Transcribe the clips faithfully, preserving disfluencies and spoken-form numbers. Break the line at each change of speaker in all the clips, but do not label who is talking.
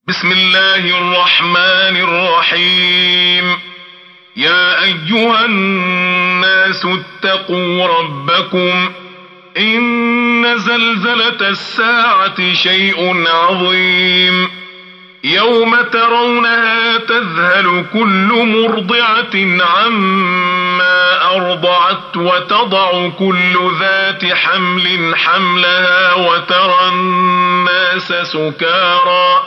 بسم الله الرحمن الرحيم. يا أيها الناس اتقوا ربكم إن زلزلة الساعة شيء عظيم يوم ترونها تذهل كل مرضعة عما أرضعت وتضع كل ذات حمل حملها وترى الناس سكارى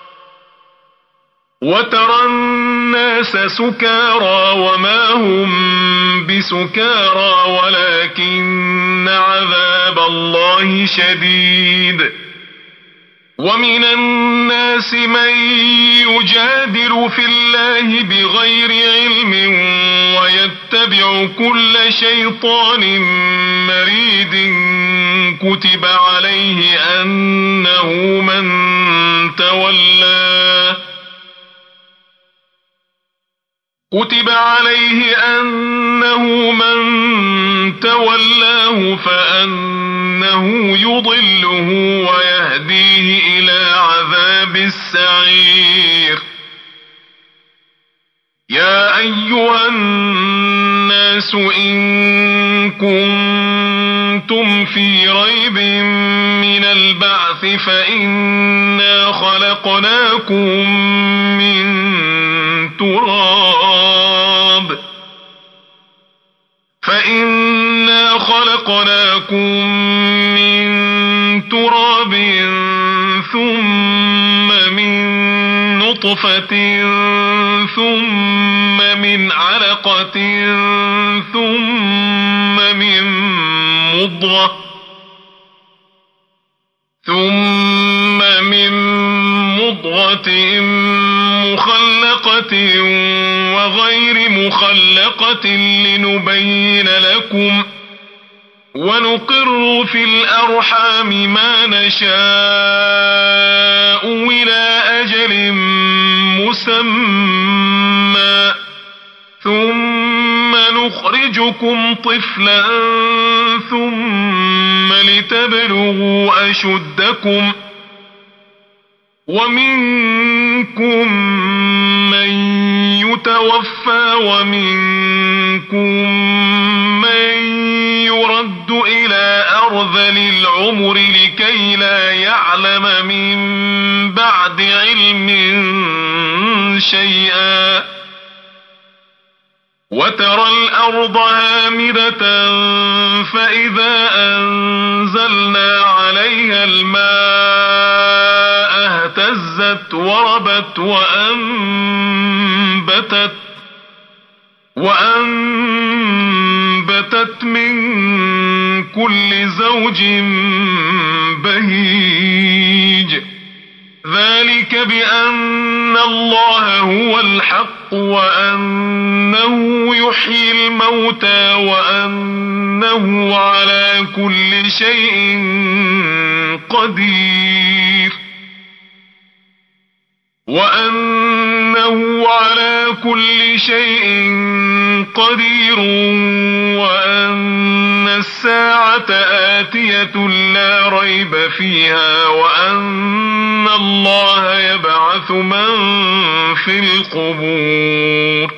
وترى الناس سكارى وما هم بسكارى ولكن عذاب الله شديد. ومن الناس من يجادل في الله بغير علم ويتبع كل شيطان مريد كتب عليه أنه من تولاه كتب عليه أنه من تولاه فأنه يضله ويهديه إلى عذاب السعير. يا أيها الناس إن كنتم في ريب من البعث فإنا خلقناكم من تراب فإنا خلقناكم من تراب ثم من نطفة ثم من علقة ثم من مضغة ثم من مضغة مخلقة وغير مخلقة لنبين لكم ونقر في الأرحام ما نشاء إلى أجل مسمى ثم نخرجكم طفلا ثم لتبلغوا أشدكم ومنكم من يتوفى ومنكم من يرد إلى أرذل العمر لكي لا يعلم من بعد علم شيئا وترى الأرض هامدة فإذا أنزلنا عليها الماء اهتزت وربت وأنبتت وأنبتت من كل زوج بهيج. ذلك بأن الله هو الحق وأنه يحيي الموتى وأنه على كل شيء قدير وأنه على كل شيء قدير وأن الساعة آتية لا ريب فيها وأن الله يبعث من في القبور.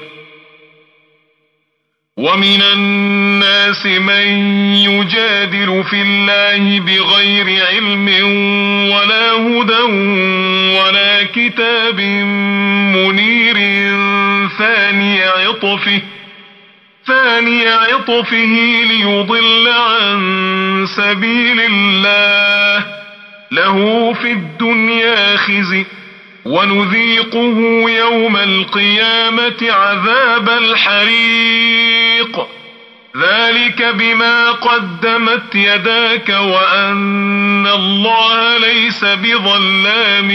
ومن الناس من يجادل في الله بغير علم ولا هدى ولا كتاب منير ثاني عطفه ثاني عطفه ليضل عن سبيل الله له في الدنيا خزي ونذيقه يوم القيامة عذاب الحريق. ذلك بما قدمت يداك وأن الله ليس بظلام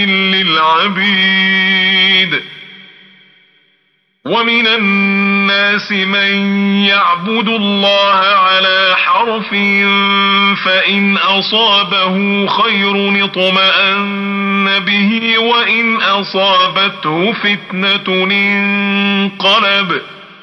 للعبيد. ومن الناس من يعبد الله على حرف فإن أصابه خير اطمأن به وإن أصابته فتنة انقلب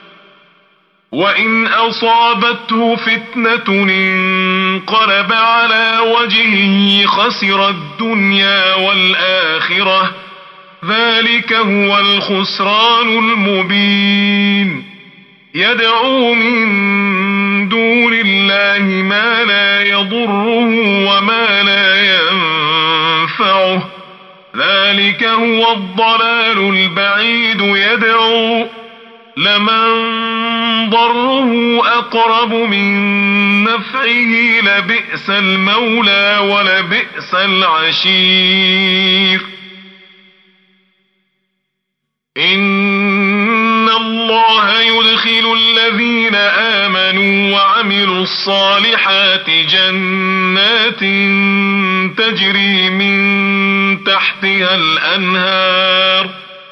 وإن أصابته فتنة انقلب على وجهه خسر الدنيا والآخرة ذلك هو الخسران المبين يدعو من دون الله ما لا يضره وما لا ينفعه ذلك هو الضلال البعيد يدعو لمن ضره أقرب من نفعه لبئس المولى ولبئس العشير إن الله يدخل الذين آمنوا وعملوا الصالحات جنات تجري من تحتها الأنهار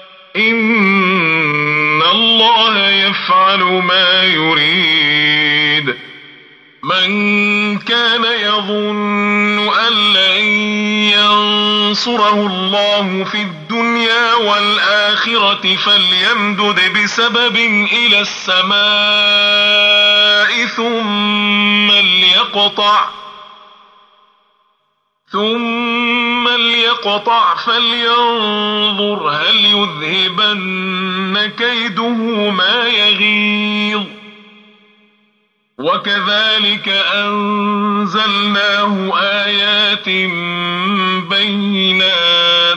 إن الله يفعل ما يريد من كان يظن أن لن ينصره الله في الدنيا والآخرة فليمدد بسبب إلى السماء ثم ليقطع ثم ليقطع فلينظر هل يذهبن كيده ما يغيظ وكذلك أنزلناه آيات بينات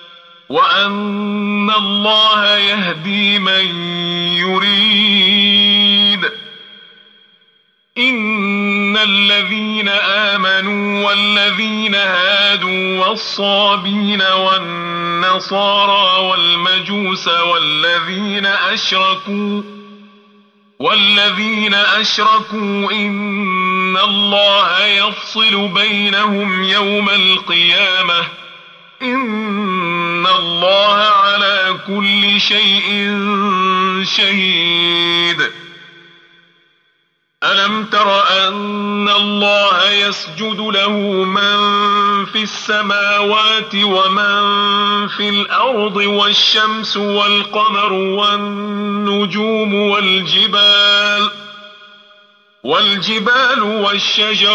وأن الله يهدي من يريد إن الذين آمنوا والذين هادوا والصابين والنصارى والمجوس والذين أشركوا والذين أشركوا إن الله يفصل بينهم يوم القيامة إن الله على كل شيء شهيد ألم تر أن الله يسجد له من في السماوات ومن في الأرض والشمس والقمر والنجوم والجبال والجبال والشجر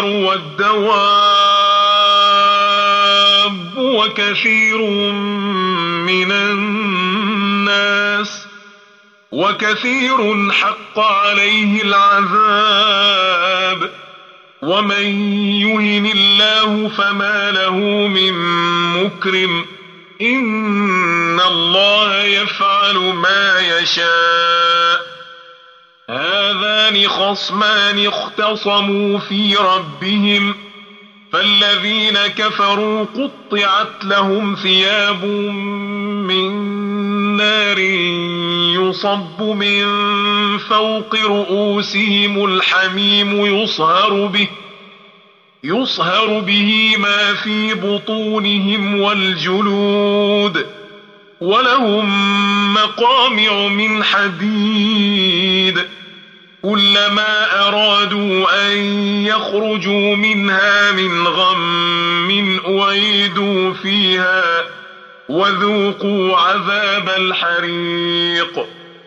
والدواب وكثير من الناس وكثير حق عليه العذاب ومن يهن الله فما له من مكرم إن الله يفعل ما يشاء هذان خصمان اختصموا في ربهم فالذين كفروا قطعت لهم ثياب من نار يصب من فوق رؤوسهم الحميم يصهر به يصهر به ما في بطونهم والجلود ولهم مقامع من حديد كلما أرادوا أن يخرجوا منها من غم أعيدوا فيها وذوقوا عذاب الحريق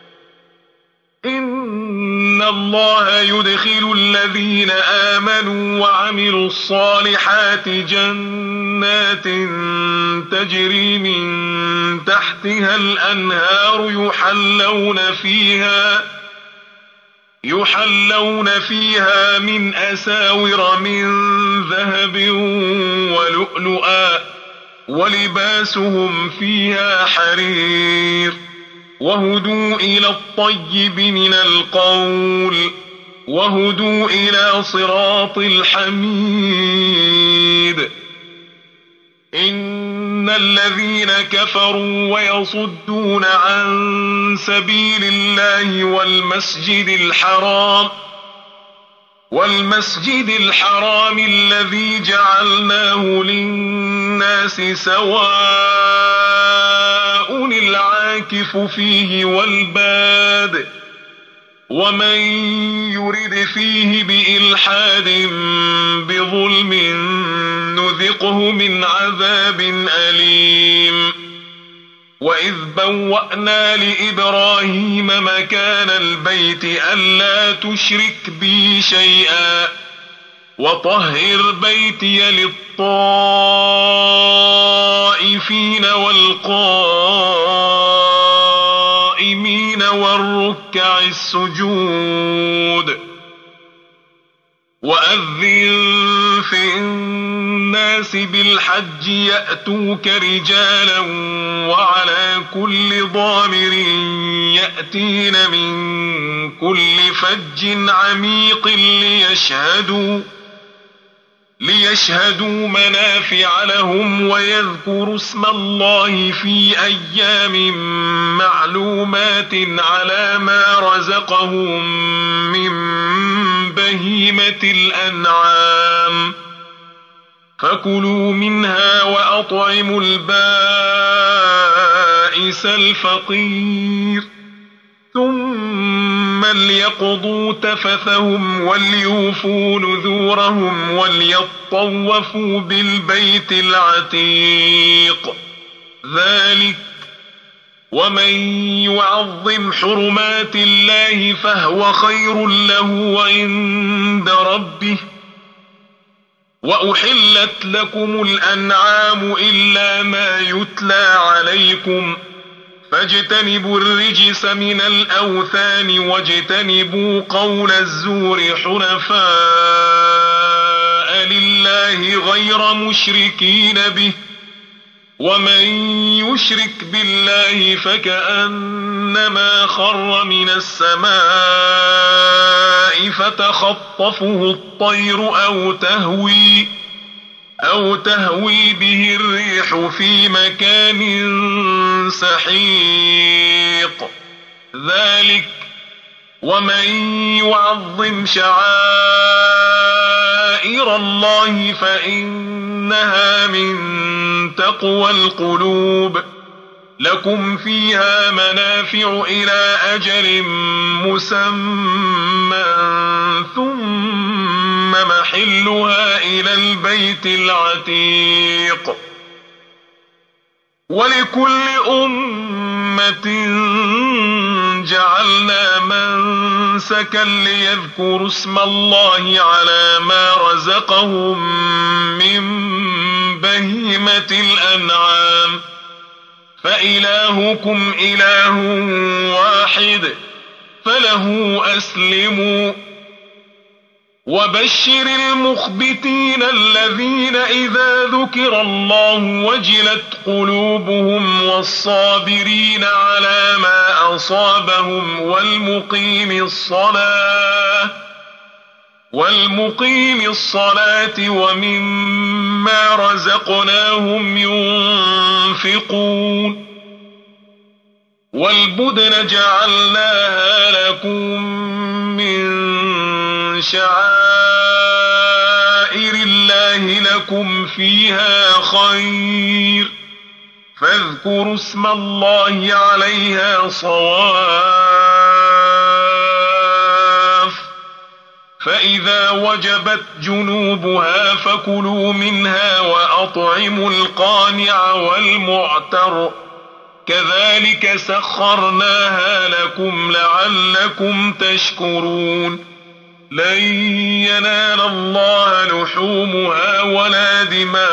إن الله يدخل الذين آمنوا وعملوا الصالحات جنات تجري من تحتها الأنهار يحلون فيها يحلون فيها من أساور من ذهب ولؤلؤا ولباسهم فيها حرير وهدوا إلى الطيب من القول وهدوا إلى صراط الحميد إن الذين كفروا ويصدون عن سبيل الله والمسجد الحرام والمسجد الحرام الذي جعلناه للناس سواء العاكف فيه والباد ومن يرد فيه بإلحاد بظلم نذقه من عذاب أليم وإذ بوأنا لإبراهيم مكان البيت ألا تشرك بي شيئا وطهر بيتي للطائفين والقائمين السجود وأذن في الناس بالحج يأتوك رجالا وعلى كل ضامر يأتين من كل فج عميق ليشهدوا ليشهدوا منافع لهم ويذكروا اسم الله في أيام معلومات على ما رزقهم من بهيمة الأنعام فكلوا منها وأطعموا البائس الفقير ثم ليقضوا تفثهم وليوفوا نذورهم وليطوفوا بالبيت العتيق ذلك ومن يعظم حرمات الله فهو خير له عند ربه وأحلت لكم الأنعام إلا ما يتلى عليكم فاجتنبوا الرجس من الأوثان واجتنبوا قول الزور حنفاء لله غير مشركين به ومن يشرك بالله فكأنما خر من السماء فتخطفه الطير أو تهوي أو تهوي به الريح في مكان سحيق ذلك ومن يعظم شعائر الله فإنها من تقوى القلوب لكم فيها منافع إلى أجل مسمى ثم محلها إلى البيت العتيق ولكل أمة جعلنا منسكا ليذكروا اسم الله على ما رزقهم من بهيمة الأنعام فإلهكم إله واحد فله أسلموا وبشر المخبتين الذين إذا ذكر الله وجلت قلوبهم والصابرين على ما أصابهم والمقيم الصلاة والمقيم الصلاة ومما رزقناهم ينفقون والبدن جعلناها لكم من شعائر الله لكم فيها خير فاذكروا اسم الله عليها صواف فإذا وجبت جنوبها فكلوا منها وأطعموا القانع والمعتر كذلك سخرناها لكم لعلكم تشكرون لن ينال الله لحومها ولا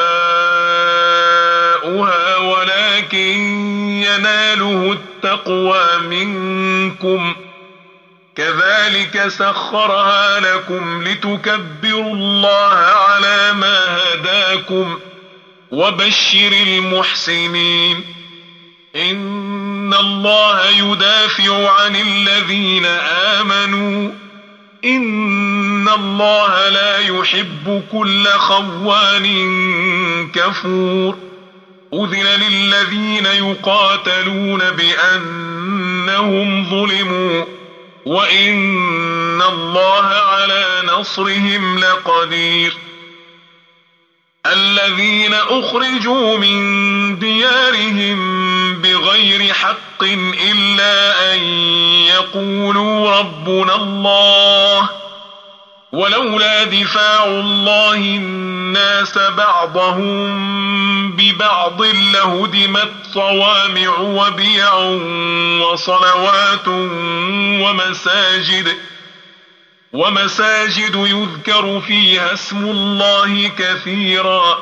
دماؤها ولكن يناله التقوى منكم كذلك سخرها لكم لتكبروا الله على ما هداكم وبشر المحسنين إن الله يدافع عن الذين آمنوا إن الله لا يحب كل خوان كفور أذن للذين يقاتلون بأنهم ظلموا وإن الله على نصرهم لقدير الذين أخرجوا من ديارهم بغير حق إلا أن يقولوا ربنا الله ولولا دفاع الله الناس بعضهم ببعض لهدمت صوامع وبيع وصلوات ومساجد ومساجد يذكر فيها اسم الله كثيرا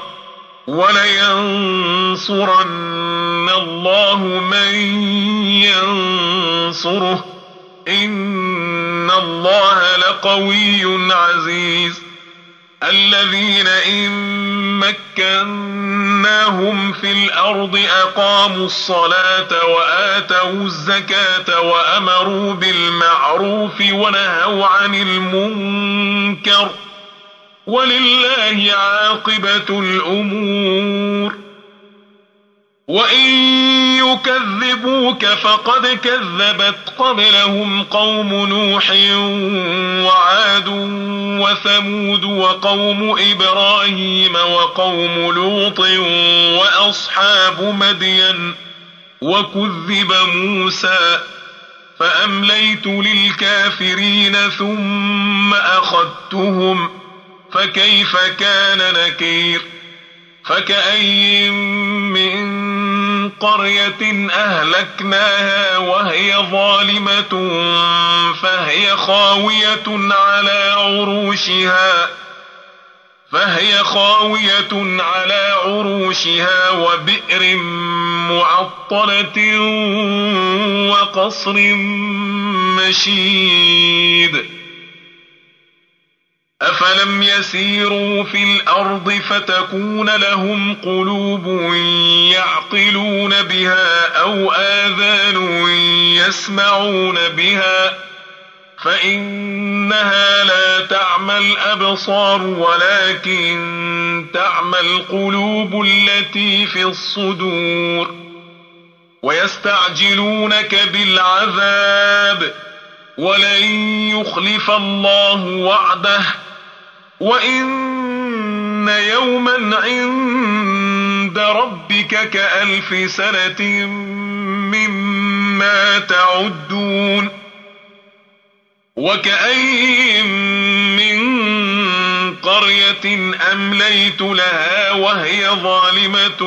ولينصرن الله من ينصره إن إن الله لقوي عزيز الذين إن مكناهم في الأرض أقاموا الصلاة وآتوا الزكاة وأمروا بالمعروف ونهوا عن المنكر ولله عاقبة الأمور وإن يكذبوك فقد كذبت قبلهم قوم نوح وعاد وثمود وقوم إبراهيم وقوم لوط وأصحاب مدين وكذب موسى فأمليت للكافرين ثم أخذتهم فكيف كان نكير فكأي من قرية أهلكناها وهي ظالمة فهي خاوية على عروشها فهي خاوية على عروشها وبئر معطلة وقصر مشيد أفلم يسيروا في الأرض فتكون لهم قلوب يعقلون بها أو آذان يسمعون بها فإنها لا تعمى الأبصار ولكن تعمى القلوب التي في الصدور ويستعجلونك بالعذاب ولن يخلف الله وعده وإن يوما عند ربك كألف سنة مما تعدون وكأي من قرية أمليت لها وهي ظالمة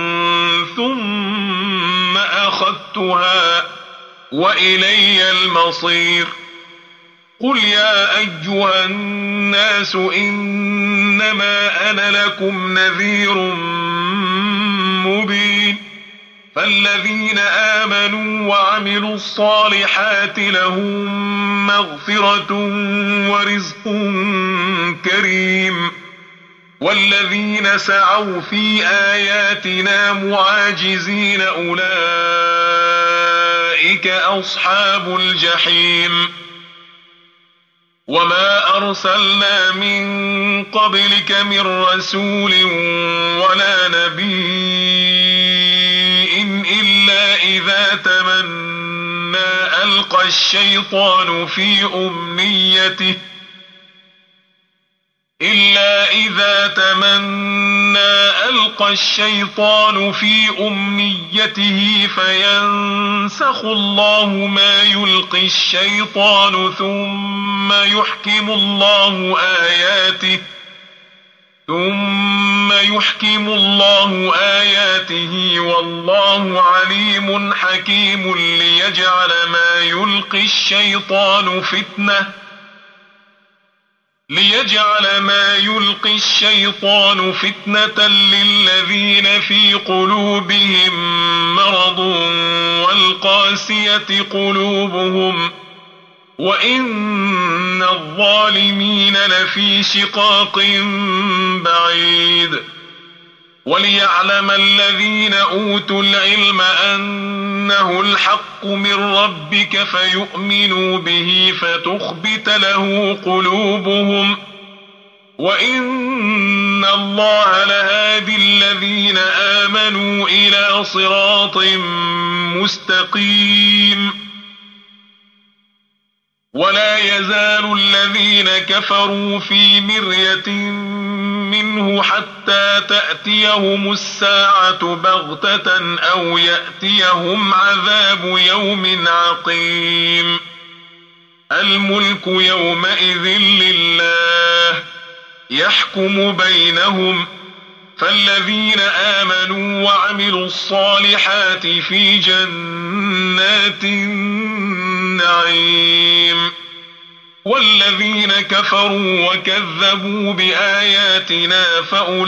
ثم أخذتها وإلي المصير قل يا أيها الناس إنما أنا لكم نذير مبين فالذين آمنوا وعملوا الصالحات لهم مغفرة ورزق كريم والذين سعوا في آياتنا معاجزين أولئك أصحاب الجحيم وما أرسلنا من قبلك من رسول ولا نبي إلا إذا تمنى ألقى الشيطان في أمنيته إلا إذا تمنى ألقى الشيطان في أمنيته فينسخ الله ما يلقي الشيطان ثم يحكم الله آياته ثم يحكم الله آياته والله عليم حكيم ليجعل ما يلقي الشيطان فتنة ليجعل ما يلقي الشيطان فتنة للذين في قلوبهم مرض والقاسية قلوبهم وإن الظالمين لفي شقاق بعيد وليعلم الذين أوتوا العلم أنه الحق من ربك فيؤمنوا به فتخبت له قلوبهم وإن الله لهادي الذين آمنوا إلى صراط مستقيم ولا يزال الذين كفروا في مرية منه حتى تأتيهم الساعة بغتة أو يأتيهم عذاب يوم عقيم الملك يومئذ لله يحكم بينهم فالذين آمنوا وعملوا الصالحات في جنات النعيم والذين كفروا وكذبوا بآياتنا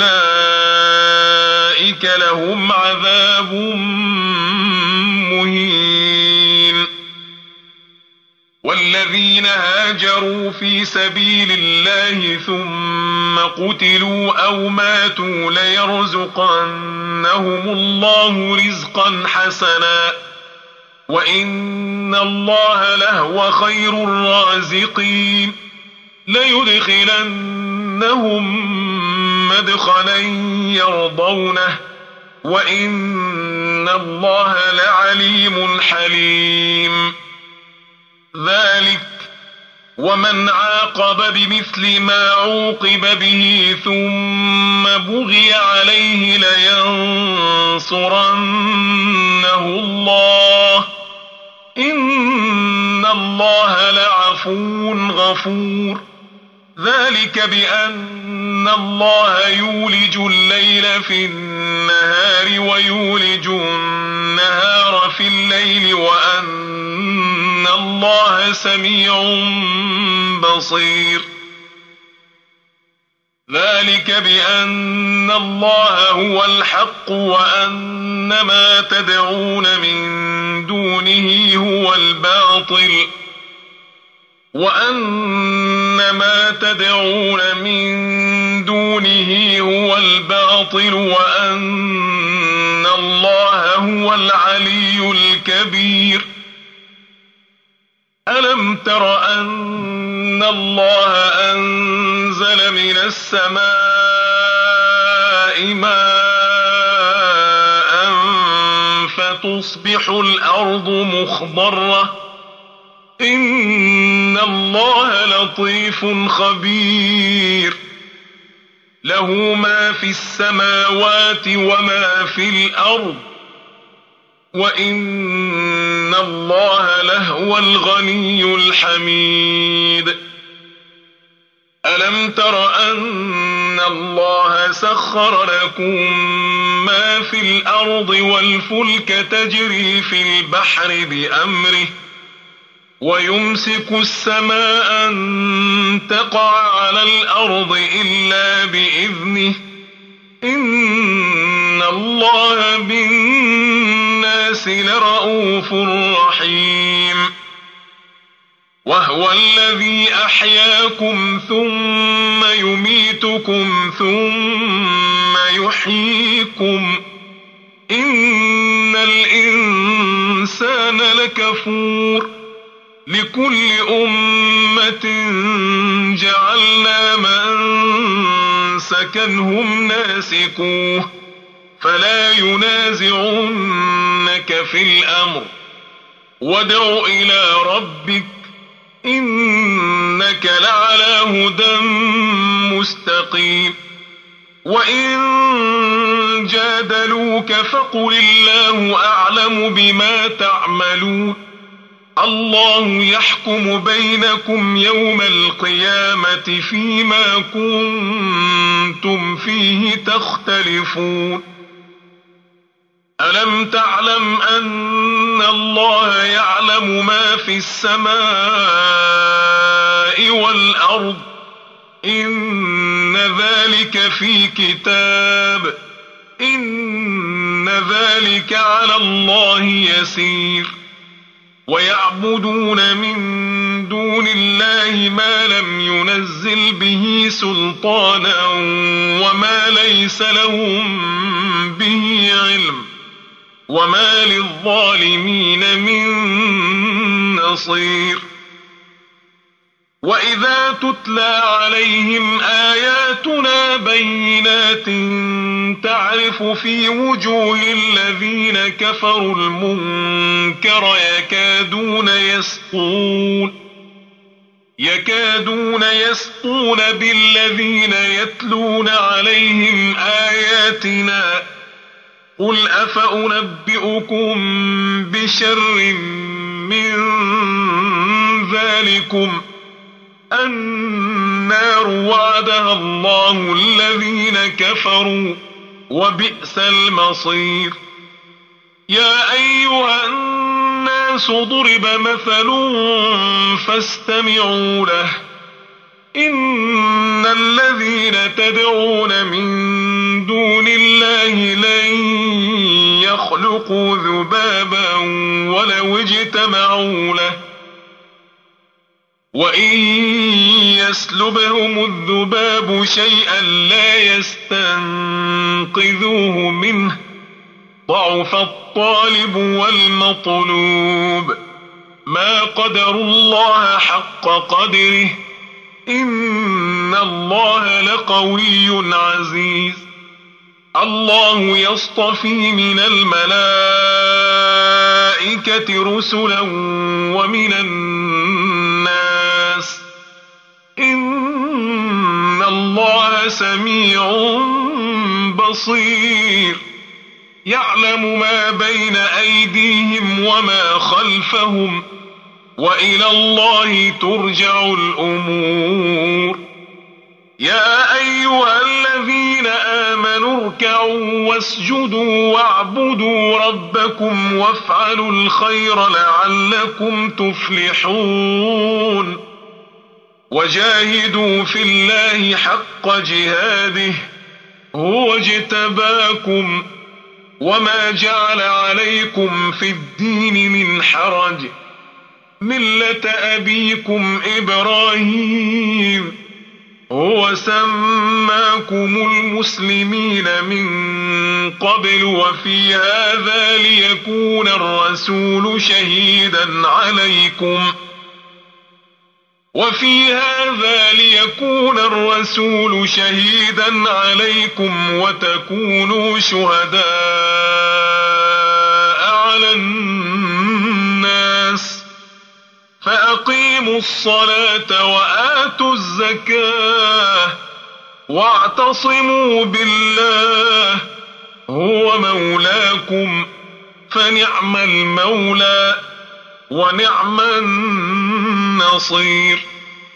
فأولئك لهم عذاب مهين والذين والذين هاجروا في سبيل الله ثم قتلوا أو ماتوا ليرزقنهم الله رزقا حسنا وإن الله لهو خير الرازقين ليدخلنهم مدخلا يرضونه وإن الله لعليم حليم ذلك ومن عاقب بمثل ما عوقب به ثم بغي عليه لينصرنه الله إن الله لعفو غفور ذلك بأن الله يولج الليل في النهار ويولج النهار في الليل وأن الله سميع بصير ذلك بأن الله هو الحق وأن ما تدعون من دونه هو الباطل وأن ما تدعون من دونه هو الباطل وأن الله هو العلي الكبير ألم تر أن الله أنزل من السماء ماء فتصبح الأرض مخضرة إن الله لطيف خبير له ما في السماوات وما في الأرض وإن الله لهو الغني الحميد ألم تر أن الله سخر لكم ما في الأرض والفلك تجري في البحر بأمره ويمسك السماء أن تقع على الأرض إلا بإذنه إن الله بالناس لرؤوف رحيم وهو الذي أحياكم ثم يميتكم ثم يحييكم إن الإنسان لكفور لكل أمة جعلنا منسكنهم ناسكوه فلا ينازعنك في الأمر وادع إلى ربك إنك لعلى هدى مستقيم وإن جادلوك فقل الله أعلم بما تعملون الله يحكم بينكم يوم القيامة فيما كنتم فيه تختلفون ألم تعلم أن الله يعلم ما في السماء والأرض إن ذلك في كتاب إن ذلك على الله يسير ويعبدون من دون الله ما لم ينزل به سلطانا وما ليس لهم به علم وما للظالمين من نصير وإذا تتلى عليهم آياتنا بينات تعرف في وجوه الذين كفروا المنكر يكادون يسطون يكادون يسطون بالذين يتلون عليهم آياتنا قل أفأنبئكم بشر من ذلكم النار وعدها الله الذين كفروا وبئس المصير يا أيها الناس ضرب مثل فاستمعوا له إن الذين تدعون من دون الله لن يخلقوا ذبابا ولو اجتمعوا له وإن يسلبهم الذباب شيئا لا يستنقذوه منه ضعف الطالب والمطلوب ما قدروا الله حق قدره إن الله لقوي عزيز الله يصطفي من الملائكة رسلا ومن الناس إن الله سميع بصير يعلم ما بين أيديهم وما خلفهم وإلى الله ترجع الأمور يا أيها الذين آمنوا اركعوا واسجدوا واعبدوا ربكم وافعلوا الخير لعلكم تفلحون وجاهدوا في الله حق جهاده هو اجتباكم وما جعل عليكم في الدين من حرج ملة أبيكم إبراهيم هو سماكم المسلمين من قبل وفي هذا ليكون الرسول شهيدا عليكم وفي هذا ليكون الرسول شهيدا عليكم وتكونوا شهداء على الناس فأقيموا الصلاة وآتوا الزكاة واعتصموا بالله هو مولاكم فنعم المولى ونعم النصير